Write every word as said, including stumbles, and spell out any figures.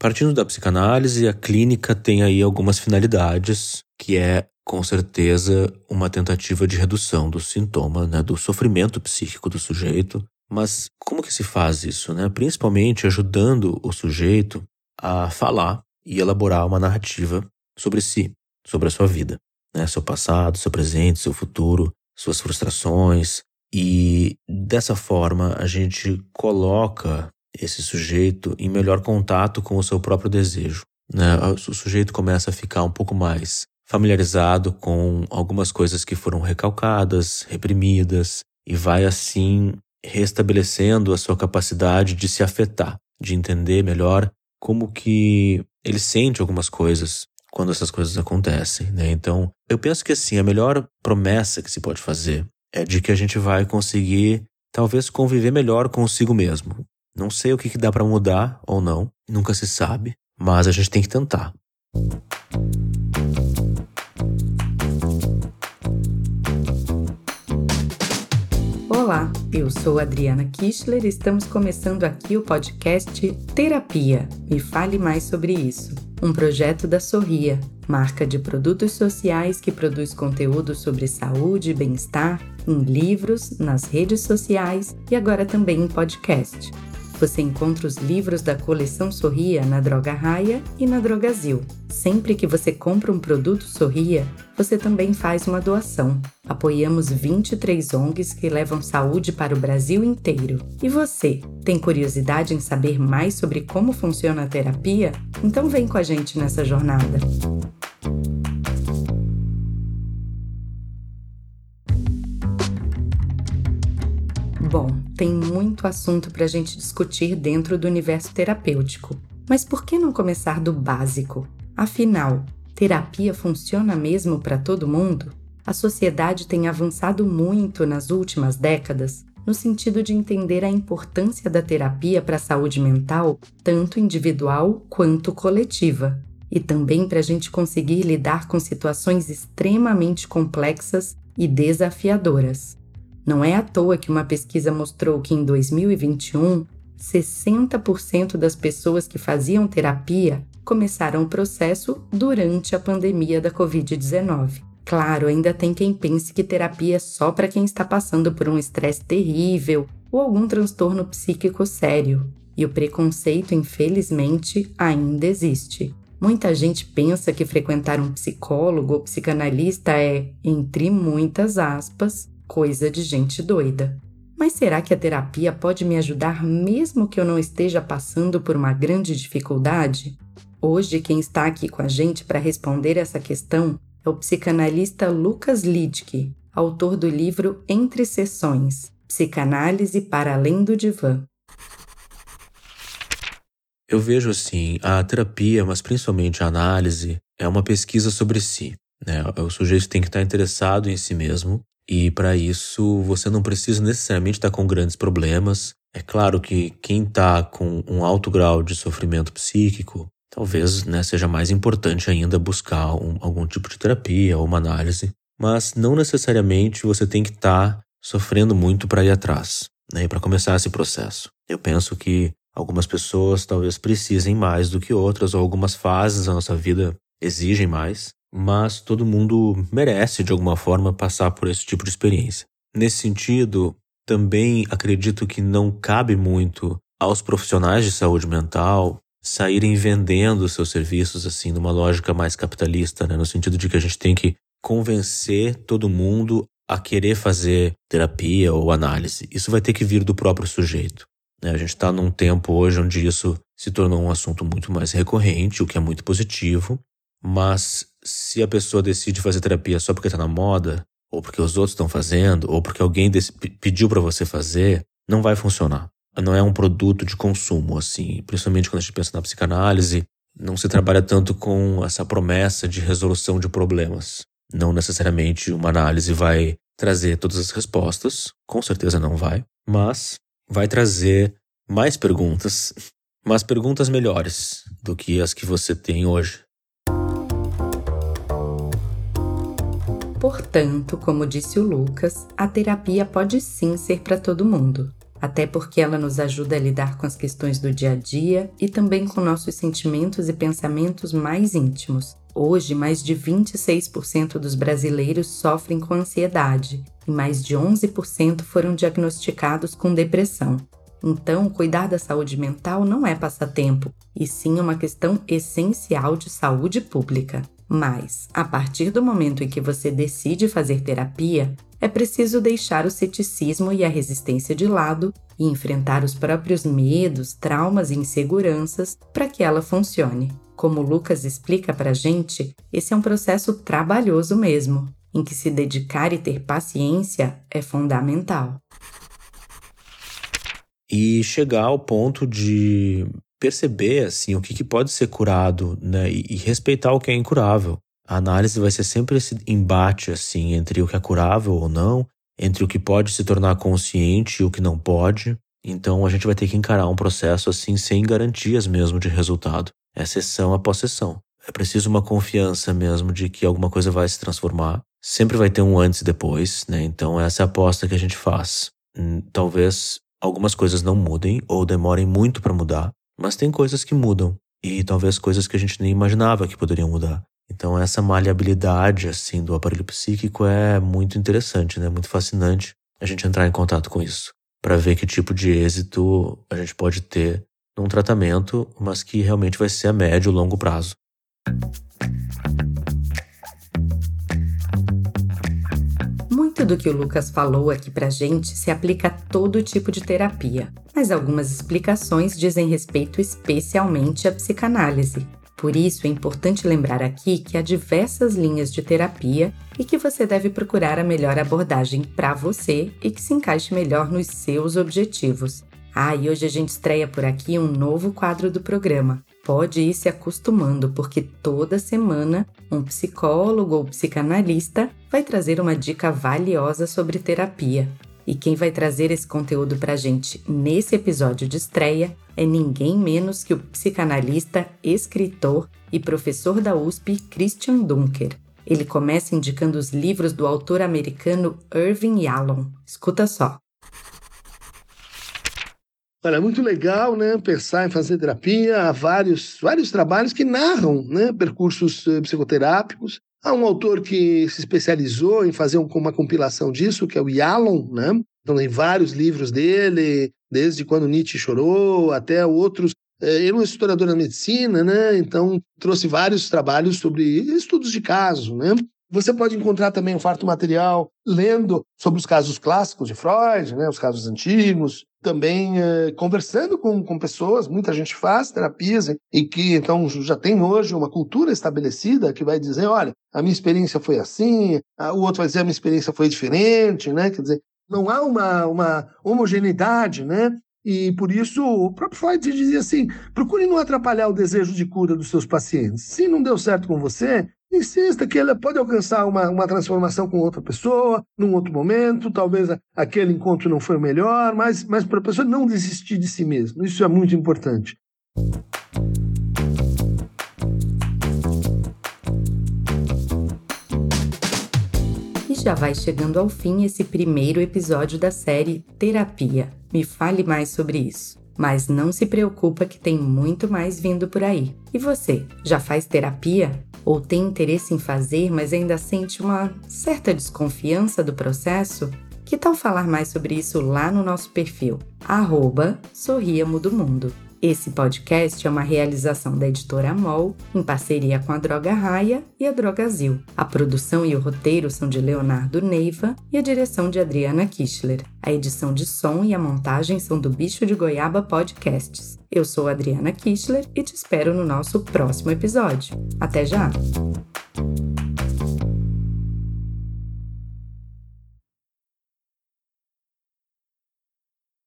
Partindo da psicanálise, a clínica tem aí algumas finalidades, que é, com certeza, uma tentativa de redução do sintoma, né, do sofrimento psíquico do sujeito. Mas como que se faz isso, né? Principalmente ajudando o sujeito a falar e elaborar uma narrativa sobre si, sobre a sua vida, né? Seu passado, seu presente, seu futuro, suas frustrações. E dessa forma a gente coloca esse sujeito em melhor contato com o seu próprio desejo, né? O sujeito começa a ficar um pouco mais familiarizado com algumas coisas que foram recalcadas, reprimidas, e vai assim restabelecendo a sua capacidade de se afetar, de entender melhor como que ele sente algumas coisas quando essas coisas acontecem, né? Então, eu penso que assim, a melhor promessa que se pode fazer é de que a gente vai conseguir talvez conviver melhor consigo mesmo. Não sei o que, que dá para mudar ou não, nunca se sabe, mas a gente tem que tentar. Olá, eu sou Adriana Kistler e estamos começando aqui o podcast Terapia. Me fale mais sobre isso. Um projeto da Sorria, marca de produtos sociais que produz conteúdo sobre saúde e bem-estar em livros, nas redes sociais e agora também em podcast. Você encontra os livros da coleção Sorria na Droga Raia e na Drogazil. Sempre que você compra um produto Sorria, você também faz uma doação. Apoiamos vinte e três O N Gs que levam saúde para o Brasil inteiro. E você, tem curiosidade em saber mais sobre como funciona a terapia? Então vem com a gente nessa jornada. Bom, tem muito assunto para a gente discutir dentro do universo terapêutico. Mas por que não começar do básico? Afinal, terapia funciona mesmo para todo mundo? A sociedade tem avançado muito nas últimas décadas no sentido de entender a importância da terapia para a saúde mental, tanto individual quanto coletiva, e também para a gente conseguir lidar com situações extremamente complexas e desafiadoras. Não é à toa que uma pesquisa mostrou que em dois mil e vinte e um, sessenta por cento das pessoas que faziam terapia começaram o processo durante a pandemia da covid dezenove. Claro, ainda tem quem pense que terapia é só para quem está passando por um estresse terrível ou algum transtorno psíquico sério. E o preconceito, infelizmente, ainda existe. Muita gente pensa que frequentar um psicólogo ou psicanalista é, entre muitas aspas, coisa de gente doida. Mas será que a terapia pode me ajudar mesmo que eu não esteja passando por uma grande dificuldade? Hoje, quem está aqui com a gente para responder essa questão é o psicanalista Lucas Lidke, autor do livro Entre Sessões, Psicanálise para Além do Divã. Eu vejo assim, a terapia, mas principalmente a análise, é uma pesquisa sobre si, né? O sujeito tem que estar interessado em si mesmo. E para isso você não precisa necessariamente estar com grandes problemas. É claro que quem está com um alto grau de sofrimento psíquico, talvez, né, seja mais importante ainda buscar um, algum tipo de terapia ou uma análise. Mas não necessariamente você tem que estar sofrendo muito para ir atrás, né, para começar esse processo. Eu penso que algumas pessoas talvez precisem mais do que outras, ou algumas fases da nossa vida exigem mais. Mas todo mundo merece, de alguma forma, passar por esse tipo de experiência. Nesse sentido, também acredito que não cabe muito aos profissionais de saúde mental saírem vendendo seus serviços assim numa lógica mais capitalista, né? No sentido de que a gente tem que convencer todo mundo a querer fazer terapia ou análise. Isso vai ter que vir do próprio sujeito, né? A gente está num tempo hoje onde isso se tornou um assunto muito mais recorrente, o que é muito positivo. Mas se a pessoa decide fazer terapia só porque está na moda, ou porque os outros estão fazendo, ou porque alguém pediu para você fazer, não vai funcionar. Não é um produto de consumo, assim. Principalmente quando a gente pensa na psicanálise, não se trabalha tanto com essa promessa de resolução de problemas. Não necessariamente uma análise vai trazer todas as respostas, com certeza não vai, mas vai trazer mais perguntas, mas perguntas melhores do que as que você tem hoje. Portanto, como disse o Lucas, a terapia pode sim ser para todo mundo. até porque ela nos ajuda a lidar com as questões do dia a dia e também com nossos sentimentos e pensamentos mais íntimos. Hoje, mais de vinte e seis por cento dos brasileiros sofrem com ansiedade e mais de onze por cento foram diagnosticados com depressão. Então, cuidar da saúde mental não é passatempo, e sim uma questão essencial de saúde pública. Mas, a partir do momento em que você decide fazer terapia, é preciso deixar o ceticismo e a resistência de lado e enfrentar os próprios medos, traumas e inseguranças para que ela funcione. Como o Lucas explica pra gente, esse é um processo trabalhoso mesmo, em que se dedicar e ter paciência é fundamental. E chegar ao ponto de perceber assim, o que, que pode ser curado, né? E, e respeitar o que é incurável. A análise vai ser sempre esse embate assim, entre o que é curável ou não, entre o que pode se tornar consciente e o que não pode. Então a gente vai ter que encarar um processo assim sem garantias mesmo de resultado. É sessão após sessão. É preciso uma confiança mesmo de que alguma coisa vai se transformar. Sempre vai ter um antes e depois, né? Então essa é a aposta que a gente faz. Hum, talvez algumas coisas não mudem ou demorem muito para mudar, mas tem coisas que mudam e talvez coisas que a gente nem imaginava que poderiam mudar. Então essa maleabilidade assim do aparelho psíquico é muito interessante, né? Muito fascinante a gente entrar em contato com isso, para ver que tipo de êxito a gente pode ter num tratamento, mas que realmente vai ser a médio e longo prazo. Muito do que o Lucas falou aqui pra gente se aplica a todo tipo de terapia, mas algumas explicações dizem respeito especialmente à psicanálise. Por isso, é importante lembrar aqui que há diversas linhas de terapia e que você deve procurar a melhor abordagem para você e que se encaixe melhor nos seus objetivos. Ah, e hoje a gente estreia por aqui um novo quadro do programa. Pode ir se acostumando, porque toda semana um psicólogo ou psicanalista vai trazer uma dica valiosa sobre terapia. E quem vai trazer esse conteúdo pra gente nesse episódio de estreia é ninguém menos que o psicanalista, escritor e professor da U S P, Christian Dunker. Ele começa indicando os livros do autor americano Irving Yalom. Escuta só. Olha, é muito legal, né, pensar em fazer terapia. Há vários, vários trabalhos que narram, né, percursos uh, psicoterápicos. Há um autor que se especializou em fazer um, uma compilação disso, que é o Yalom, né? Então tem vários livros dele, desde Quando Nietzsche Chorou até outros. Ele é um historiador da medicina, né? Então trouxe vários trabalhos sobre estudos de caso, né? Você pode encontrar também um farto material lendo sobre os casos clássicos de Freud, né, os casos antigos, também eh, conversando com, com pessoas, muita gente faz terapias e que então já tem hoje uma cultura estabelecida que vai dizer, olha, a minha experiência foi assim, a, o outro vai dizer a minha experiência foi diferente, né? Quer dizer, não há uma, uma homogeneidade, né? E por isso o próprio Freud dizia assim, procure não atrapalhar o desejo de cura dos seus pacientes. Se não deu certo com você, insista que ele pode alcançar uma, uma transformação com outra pessoa, num outro momento, talvez aquele encontro não foi o melhor, mas, mas para a pessoa não desistir de si mesma. Isso é muito importante. E já vai chegando ao fim esse primeiro episódio da série Terapia. Me fale mais sobre isso. Mas não se preocupa que tem muito mais vindo por aí. E você, já faz terapia? Ou tem interesse em fazer, mas ainda sente uma certa desconfiança do processo? Que tal falar mais sobre isso lá no nosso perfil, arroba Sorria Muda o Mundo. Esse podcast é uma realização da editora Amol, em parceria com a Droga Raia e a Drogazil. A produção e o roteiro são de Leonardo Neiva e a direção de Adriana Kichler. A edição de som e a montagem são do Bicho de Goiaba Podcasts. Eu sou a Adriana Kichler e te espero no nosso próximo episódio. Até já!